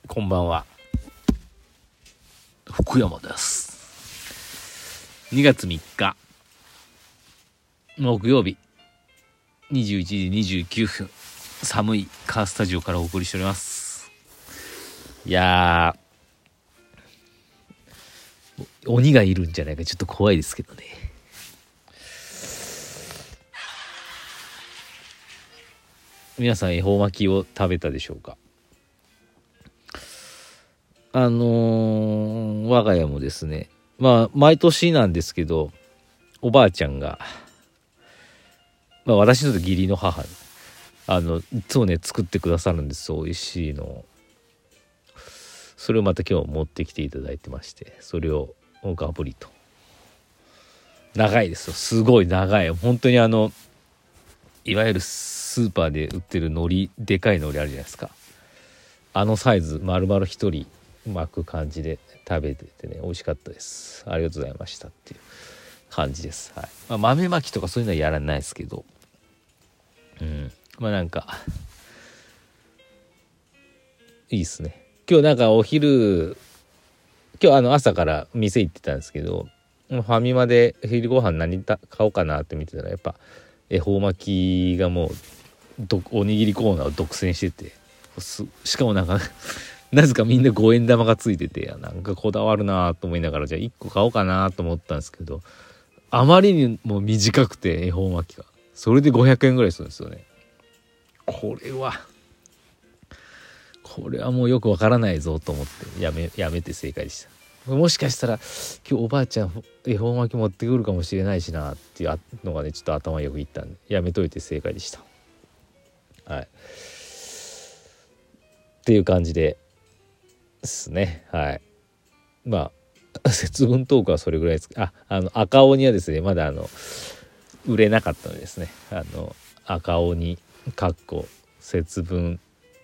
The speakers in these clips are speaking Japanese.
こんばんは、福山です。2月3日木曜日21時29分、寒いカースタジオからお送りしております。いやー、鬼がいるんじゃないかちょっと怖いですけどね。皆さん恵方巻きを食べたでしょうか。我が家もですね、毎年なんですけど、おばあちゃんが、私の義理の母、いつもね作ってくださるんです。美味しいのを。それをまた今日持ってきていただいてまして、それをガブリと。長いですよ、すごい長い。本当にいわゆるスーパーで売ってる海苔、でかい海苔あるじゃないですか。サイズ丸々一人巻く感じで食べててね、美味しかったです。ありがとうございましたっていう感じです。はい。豆巻きとかそういうのはやらないですけど、なんかいいっすね。今日なんかお昼、今日朝から店行ってたんですけど、ファミマで昼ご飯何買おうかなって見てたら、やっぱ恵方巻きがもうおにぎりコーナーを独占してて、しかもなんかなぜかみんな5円玉がついてて、なんかこだわるなと思いながら、じゃあ1個買おうかなと思ったんですけど、あまりにも短くて恵方巻きがそれで500円ぐらいするんですよね。これはもうよくわからないぞと思ってやめて正解でした。もしかしたら今日おばあちゃん恵方巻き持ってくるかもしれないしなっていうのがね、ちょっと頭よくいったんでやめといて正解でした。はい、っていう感じですね。はい。節分トークはそれぐらいです。赤鬼はですね、まだ売れなかったのでですね、赤鬼節分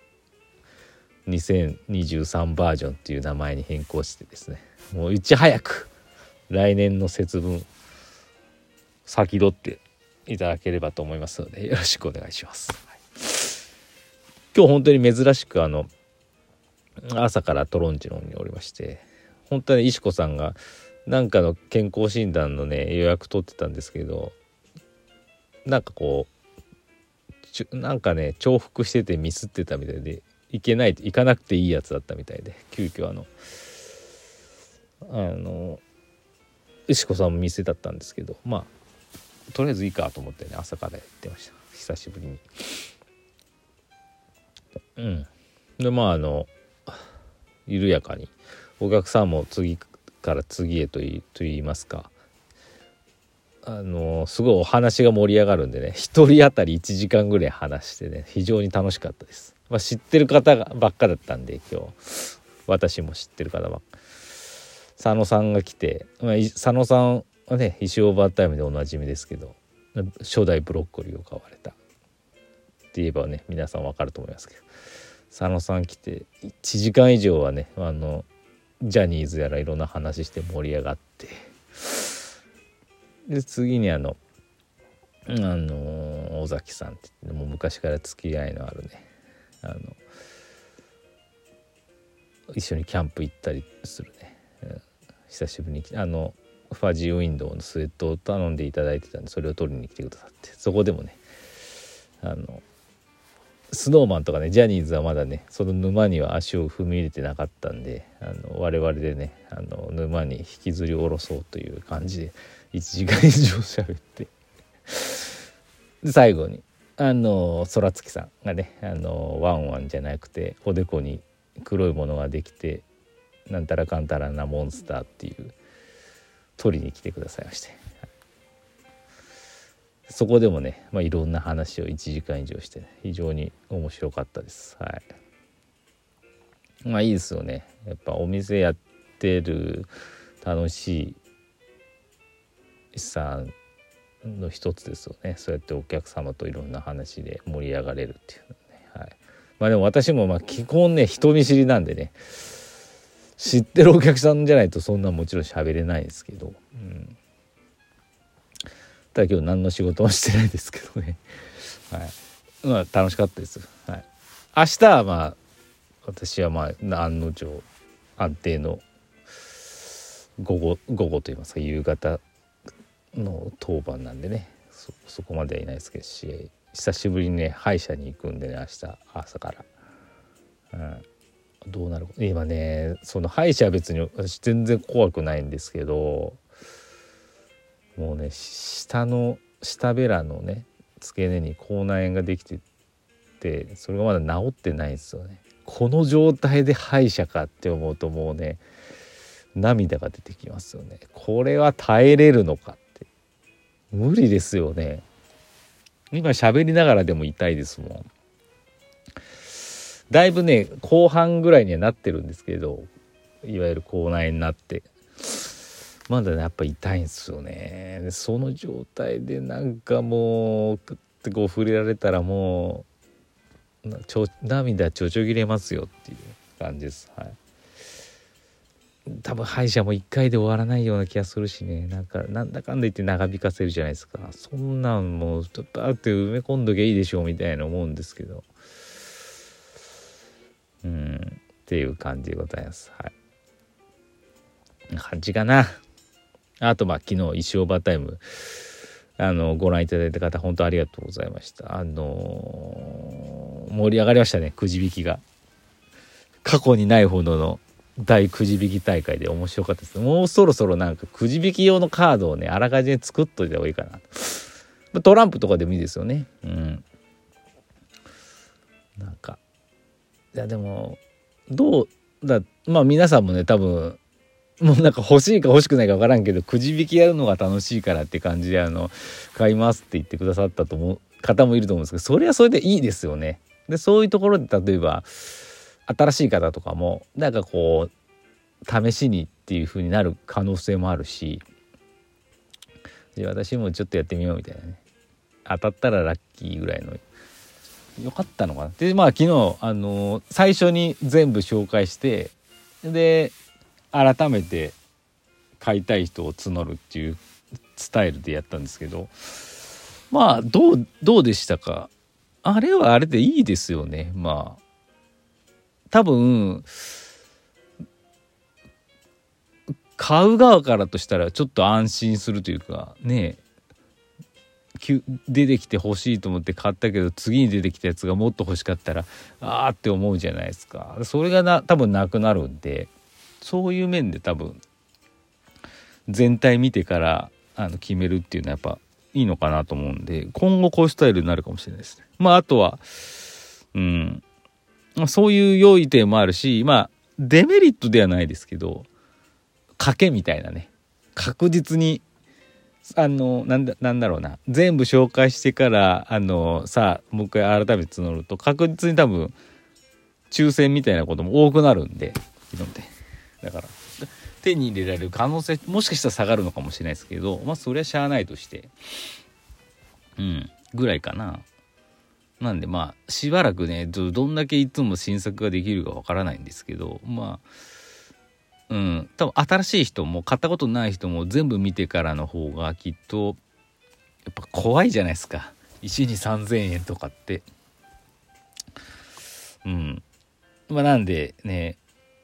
2023バージョンっていう名前に変更してですね、もういち早く来年の節分先取っていただければと思いますので、よろしくお願いします。はい、今日本当に珍しく朝からトロンチロンにおりまして、本当に石子さんがなんかの健康診断のね予約取ってたんですけど、なんかこうなんかね重複しててミスってたみたいで、行かなくていいやつだったみたいで、急遽石子さんも店だったんですけど、とりあえずいいかと思ってね、朝からやってました、久しぶりに。で緩やかにお客さんも次から次へと言いますか、すごいお話が盛り上がるんでね、一人当たり1時間ぐらい話してね、非常に楽しかったです。知ってる方ばっかだったんで、今日私も知ってる方ばっか。佐野さんが来て、佐野さんはね石オーバータイムでおなじみですけど、初代ブロッコリーを買われたって言えばね皆さんわかると思いますけど、佐野さん来て1時間以上はねジャニーズやらいろんな話して盛り上がって、で次に尾崎さんって言って、もう昔から付き合いのあるね一緒にキャンプ行ったりするね、久しぶりにファジーウィンドウのスウェットを頼んでいただいてたんで、それを取りに来てくださって、そこでもねスノーマンとかねジャニーズはまだねその沼には足を踏み入れてなかったんで、我々でね沼に引きずり下ろそうという感じで1時間以上喋ってで最後に空月さんがねワンワンじゃなくておでこに黒いものができてなんたらかんたらなモンスターっていう取りに来てくださいまして、そこでもね、いろんな話を1時間以上して、ね、非常に面白かったです。はい。いいですよね。やっぱお店やってる楽しいさんの一つですよね。そうやってお客様といろんな話で盛り上がれるっていうのね。はい。でも私も基本ね人見知りなんでね、知ってるお客さんじゃないとそんなもちろん喋れないですけど、ただ今日何の仕事もしてないですけどね。はい。楽しかったです。はい。明日は私はまあ案の定安定の午後といいますか夕方の当番なんでね、そこまではいないですけどし、久しぶりにね歯医者に行くんでね、明日朝から、どうなる今ね、その歯医者は別に私全然怖くないんですけど、もうね下べらのね付け根に口内炎ができてて、それがまだ治ってないんですよね。この状態で歯医者かって思うともうね涙が出てきますよね。これは耐えれるのかって、無理ですよね。今喋りながらでも痛いですもん。だいぶね後半ぐらいにはなってるんですけど、いわゆる口内炎になってまだねやっぱ痛いんですよね。でその状態でなんかもうグッてこう触れられたらもう涙ちょちょぎれますよっていう感じです。はい。多分歯医者も1回で終わらないような気がするしね、なんだかんだ言って長引かせるじゃないですか。そんなんもうバーって埋め込んどきゃいいでしょうみたいな思うんですけど、っていう感じでございます。はい。感じかな。あと昨日石オーバータイムご覧いただいた方本当ありがとうございました。盛り上がりましたね。くじ引きが過去にないほどの大くじ引き大会で面白かったです。もうそろそろなんかくじ引き用のカードをねあらかじめ作っといた方がいいかな。トランプとかでもいいですよね。なんかいやでもどうだ、皆さんもね多分もうなんか欲しいか欲しくないか分からんけどくじ引きやるのが楽しいからって感じで買いますって言ってくださったと思う方もいると思うんですけど、それはそれでいいですよね。でそういうところで例えば新しい方とかもなんかこう試しにっていう風になる可能性もあるし、じゃあ私もちょっとやってみようみたいなね、当たったらラッキーぐらいのよかったのかな。で昨日最初に全部紹介してで改めて買いたい人を募るっていうスタイルでやったんですけど、どうでしたか。あれはあれでいいですよね。多分買う側からとしたらちょっと安心するというかね、出てきて欲しいと思って買ったけど次に出てきたやつがもっと欲しかったらって思うじゃないですか。それが多分なくなるんで、そういう面で多分全体見てから決めるっていうのはやっぱいいのかなと思うんで、今後こういうスタイルになるかもしれないですね。あとはそういう良い点もあるし、デメリットではないですけど賭けみたいなね、確実になんだろうな、全部紹介してからさあもう一回改めて募ると確実に多分抽選みたいなことも多くなるんで、だから手に入れられる可能性もしかしたら下がるのかもしれないですけど、それはしゃあないとしてぐらいかな。なんでしばらくねどんだけいつも新作ができるかわからないんですけど、多分新しい人も買ったことない人も全部見てからの方がきっとやっぱ怖いじゃないですか。石に3000円とかってなんでね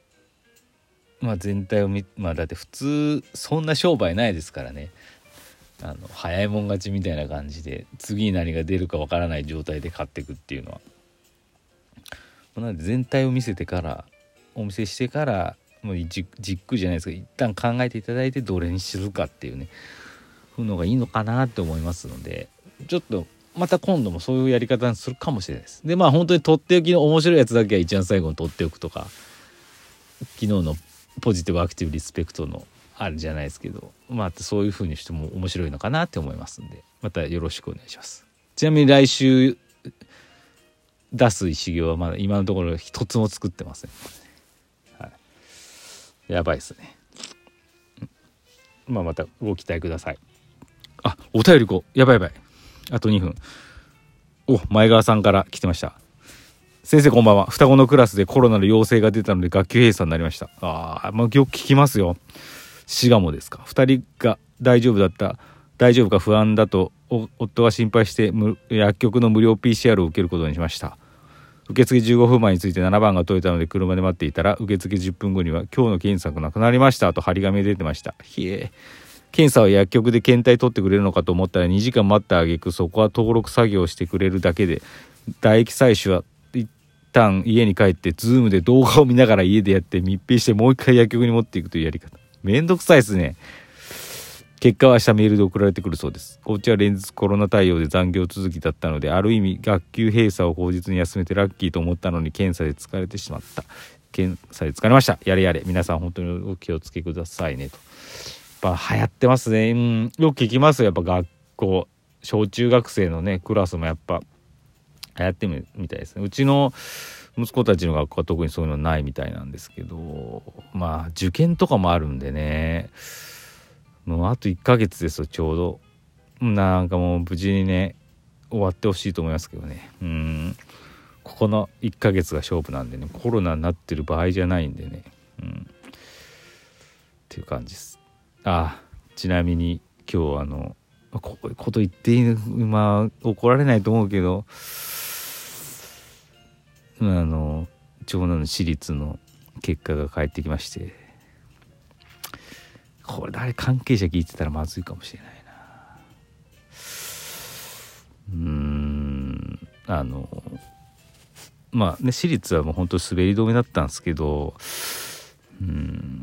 全体をだって普通そんな商売ないですからね。早いもん勝ちみたいな感じで次に何が出るかわからない状態で買っていくっていうのは、なんで全体を見せてからお見せしてからもうじっくりじゃないですか、一旦考えていただいてどれにするかっていうねふうのがいいのかなって思いますので、ちょっとまた今度もそういうやり方にするかもしれないです。で本当にとっておきの面白いやつだけは一番最後に取っておくとか、昨日のポジティブアクティブリスペクトのあるじゃないですけど、そういう風にしても面白いのかなって思いますんで、またよろしくお願いします。ちなみに来週出す石行はまだ今のところ一つも作ってません、やばいですね。またご期待ください。お便りやばいあと2分。前川さんから来てました。先生こんばんは。双子のクラスでコロナの陽性が出たので学級閉鎖になりました。よく聞きますよ。滋賀もですか。2人が大丈夫か不安だと夫が心配して薬局の無料 PCR を受けることにしました。 受付15分前について7番が解いたので車で待っていたら、受付10分後には今日の検査がなくなりましたと張り紙が出てました。検査は薬局で検体取ってくれるのかと思ったら2時間待った挙句、そこは登録作業をしてくれるだけで、唾液採取は一旦家に帰ってズームで動画を見ながら家でやって密閉してもう一回薬局に持っていくというやり方。めんどくさいですね。結果は明日メールで送られてくるそうです。こっちは連日コロナ対応で残業続きだったので、ある意味学級閉鎖を口実に休めてラッキーと思ったのに、検査で疲れてしまった。検査で疲れました。やれやれ。皆さん本当にお気をつけくださいねと。やっぱ流行ってますね。よく聞きますよ。やっぱ学校、小中学生のねクラスもやっぱ流行ってるみたいですね。うちの息子たちの学校は特にそういうのないみたいなんですけど、まあ受験とかもあるんでね、もうあと1ヶ月ですよちょうど。なんかもう無事にね終わってほしいと思いますけどね。ここの1ヶ月が勝負なんでね、コロナになってる場合じゃないんでね、っていう感じです。ちなみに今日こういうこと言っていいの、まあ怒られないと思うけど、長男の私立の結果が返ってきまして、これ誰関係者聞いてたらまずいかもしれないな。まあね、私立はもう本当滑り止めだったんですけど、